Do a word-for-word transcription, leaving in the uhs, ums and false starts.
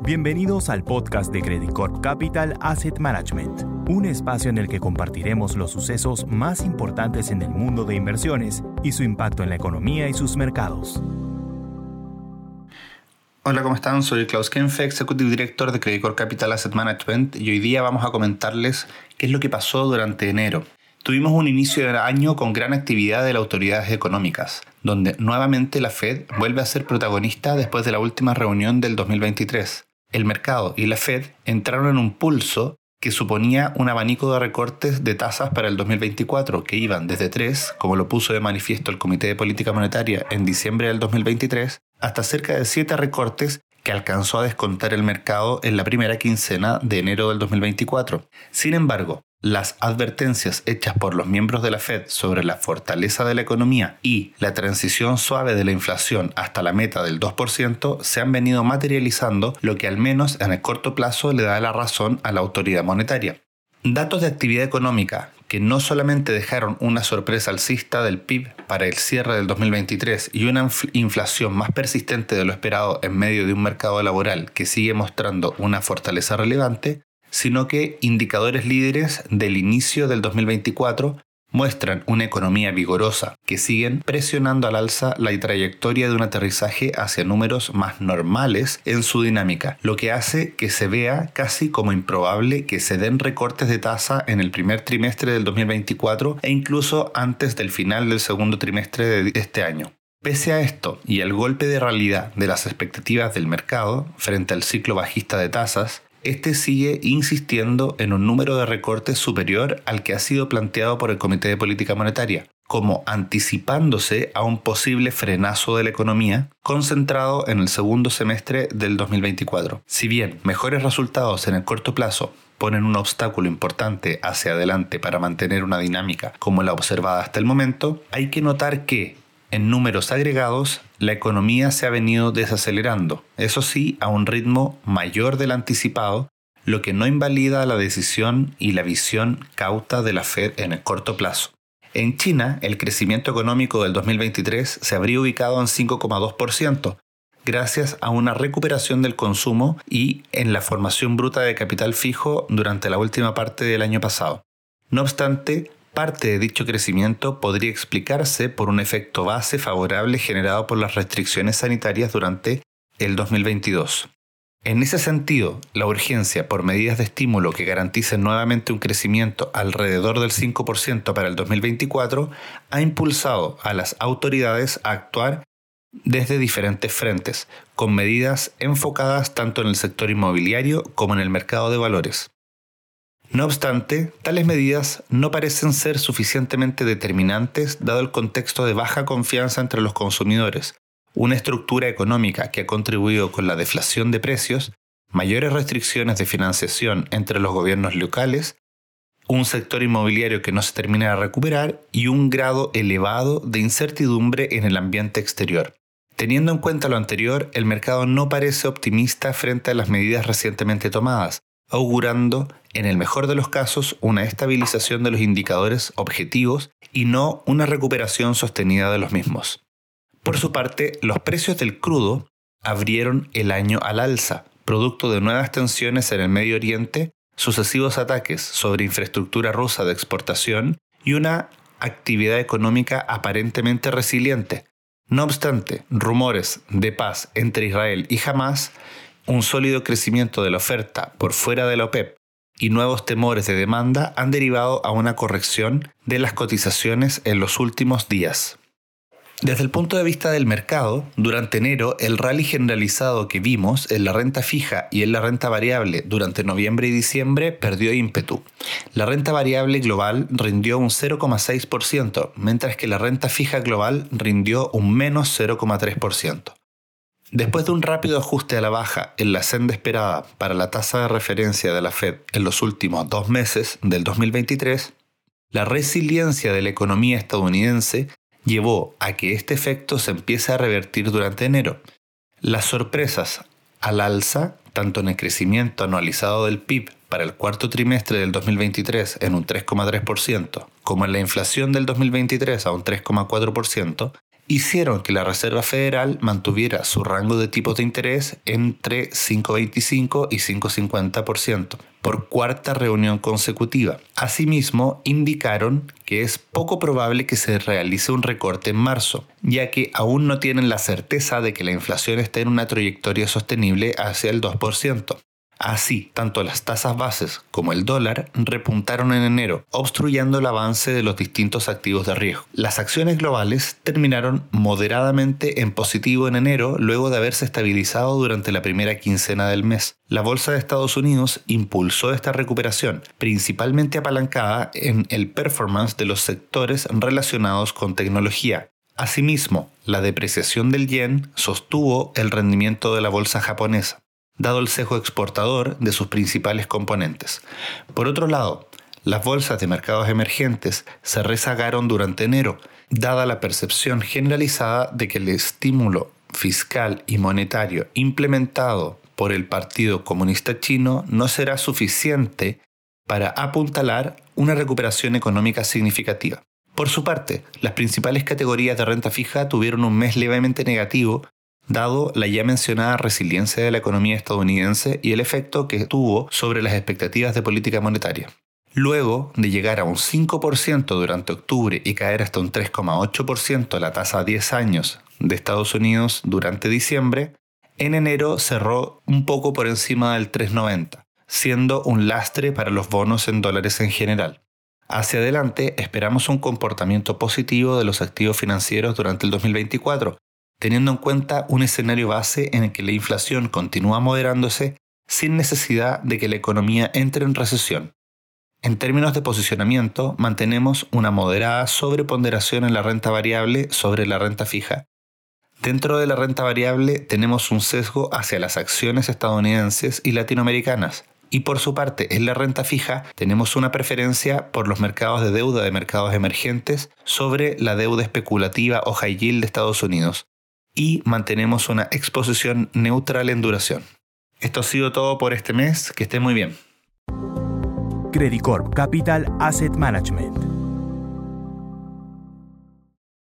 Bienvenidos al podcast de Credit Corp Capital Asset Management, un espacio en el que compartiremos los sucesos más importantes en el mundo de inversiones y su impacto en la economía y sus mercados. Hola, ¿cómo están? Soy Klaus Kenfe, Executive Director de Credit Corp Capital Asset Management, y hoy día vamos a comentarles qué es lo que pasó durante enero. Tuvimos un inicio de año con gran actividad de las autoridades económicas, donde nuevamente la Fed vuelve a ser protagonista después de la última reunión del dos mil veintitrés. El mercado y la Fed entraron en un pulso que suponía un abanico de recortes de tasas para el dos mil veinticuatro, que iban desde tres, como lo puso de manifiesto el Comité de Política Monetaria en diciembre del dos mil veintitrés, hasta cerca de siete recortes que alcanzó a descontar el mercado en la primera quincena de enero del dos mil veinticuatro. Sin embargo, las advertencias hechas por los miembros de la Fed sobre la fortaleza de la economía y la transición suave de la inflación hasta la meta del dos por ciento se han venido materializando, lo que al menos en el corto plazo le da la razón a la autoridad monetaria. Datos de actividad económica que no solamente dejaron una sorpresa alcista del P I B para el cierre del dos mil veintitrés y una inflación más persistente de lo esperado en medio de un mercado laboral que sigue mostrando una fortaleza relevante, sino que indicadores líderes del inicio del dos mil veinticuatro muestran una economía vigorosa que siguen presionando al alza la trayectoria de un aterrizaje hacia números más normales en su dinámica, lo que hace que se vea casi como improbable que se den recortes de tasa en el primer trimestre del dos mil veinticuatro e incluso antes del final del segundo trimestre de este año. Pese a esto y al golpe de realidad de las expectativas del mercado frente al ciclo bajista de tasas, este sigue insistiendo en un número de recortes superior al que ha sido planteado por el Comité de Política Monetaria, como anticipándose a un posible frenazo de la economía concentrado en el segundo semestre del dos mil veinticuatro. Si bien mejores resultados en el corto plazo ponen un obstáculo importante hacia adelante para mantener una dinámica como la observada hasta el momento, hay que notar que, en números agregados, la economía se ha venido desacelerando, eso sí, a un ritmo mayor del anticipado, lo que no invalida la decisión y la visión cauta de la Fed en el corto plazo. En China, el crecimiento económico del dos mil veintitrés se habría ubicado en cinco coma dos por ciento, gracias a una recuperación del consumo y en la formación bruta de capital fijo durante la última parte del año pasado. No obstante, parte de dicho crecimiento podría explicarse por un efecto base favorable generado por las restricciones sanitarias durante el dos mil veintidós. En ese sentido, la urgencia por medidas de estímulo que garanticen nuevamente un crecimiento alrededor del cinco por ciento para el dos mil veinticuatro ha impulsado a las autoridades a actuar desde diferentes frentes, con medidas enfocadas tanto en el sector inmobiliario como en el mercado de valores. No obstante, tales medidas no parecen ser suficientemente determinantes dado el contexto de baja confianza entre los consumidores, una estructura económica que ha contribuido con la deflación de precios, mayores restricciones de financiación entre los gobiernos locales, un sector inmobiliario que no se termina de recuperar y un grado elevado de incertidumbre en el ambiente exterior. Teniendo en cuenta lo anterior, el mercado no parece optimista frente a las medidas recientemente tomadas, augurando, en el mejor de los casos, una estabilización de los indicadores objetivos y no una recuperación sostenida de los mismos. Por su parte, los precios del crudo abrieron el año al alza, producto de nuevas tensiones en el Medio Oriente, sucesivos ataques sobre infraestructura rusa de exportación y una actividad económica aparentemente resiliente. No obstante, rumores de paz entre Israel y Hamás, un sólido crecimiento de la oferta por fuera de la OPEP y nuevos temores de demanda han derivado a una corrección de las cotizaciones en los últimos días. Desde el punto de vista del mercado, durante enero el rally generalizado que vimos en la renta fija y en la renta variable durante noviembre y diciembre perdió ímpetu. La renta variable global rindió un cero coma seis por ciento, mientras que la renta fija global rindió un menos cero coma tres por ciento. Después de un rápido ajuste a la baja en la senda esperada para la tasa de referencia de la Fed en los últimos dos meses del dos mil veintitrés, la resiliencia de la economía estadounidense llevó a que este efecto se empiece a revertir durante enero. Las sorpresas al alza, tanto en el crecimiento anualizado del P I B para el cuarto trimestre del dos mil veintitrés en un tres coma tres por ciento, como en la inflación del dos mil veintitrés a un tres coma cuatro por ciento, hicieron que la Reserva Federal mantuviera su rango de tipos de interés entre cinco coma veinticinco y cinco coma cincuenta por ciento por cuarta reunión consecutiva. Asimismo, indicaron que es poco probable que se realice un recorte en marzo, ya que aún no tienen la certeza de que la inflación esté en una trayectoria sostenible hacia el dos por ciento. Así, tanto las tasas bases como el dólar repuntaron en enero, obstruyendo el avance de los distintos activos de riesgo. Las acciones globales terminaron moderadamente en positivo en enero, luego de haberse estabilizado durante la primera quincena del mes. La bolsa de Estados Unidos impulsó esta recuperación, principalmente apalancada en el performance de los sectores relacionados con tecnología. Asimismo, la depreciación del yen sostuvo el rendimiento de la bolsa japonesa, dado el sesgo exportador de sus principales componentes. Por otro lado, las bolsas de mercados emergentes se rezagaron durante enero, dada la percepción generalizada de que el estímulo fiscal y monetario implementado por el Partido Comunista Chino no será suficiente para apuntalar una recuperación económica significativa. Por su parte, las principales categorías de renta fija tuvieron un mes levemente negativo, dado la ya mencionada resiliencia de la economía estadounidense y el efecto que tuvo sobre las expectativas de política monetaria. Luego de llegar a un cinco por ciento durante octubre y caer hasta un tres coma ocho por ciento la tasa a diez años de Estados Unidos durante diciembre, en enero cerró un poco por encima del tres coma noventa, siendo un lastre para los bonos en dólares en general. Hacia adelante esperamos un comportamiento positivo de los activos financieros durante el dos mil veinticuatro, teniendo en cuenta un escenario base en el que la inflación continúa moderándose sin necesidad de que la economía entre en recesión. En términos de posicionamiento, mantenemos una moderada sobreponderación en la renta variable sobre la renta fija. Dentro de la renta variable tenemos un sesgo hacia las acciones estadounidenses y latinoamericanas, y por su parte en la renta fija tenemos una preferencia por los mercados de deuda de mercados emergentes sobre la deuda especulativa o high yield de Estados Unidos, y mantenemos una exposición neutral en duración. Esto ha sido todo por este mes. Que estén muy bien. Credicorp Capital Asset Management.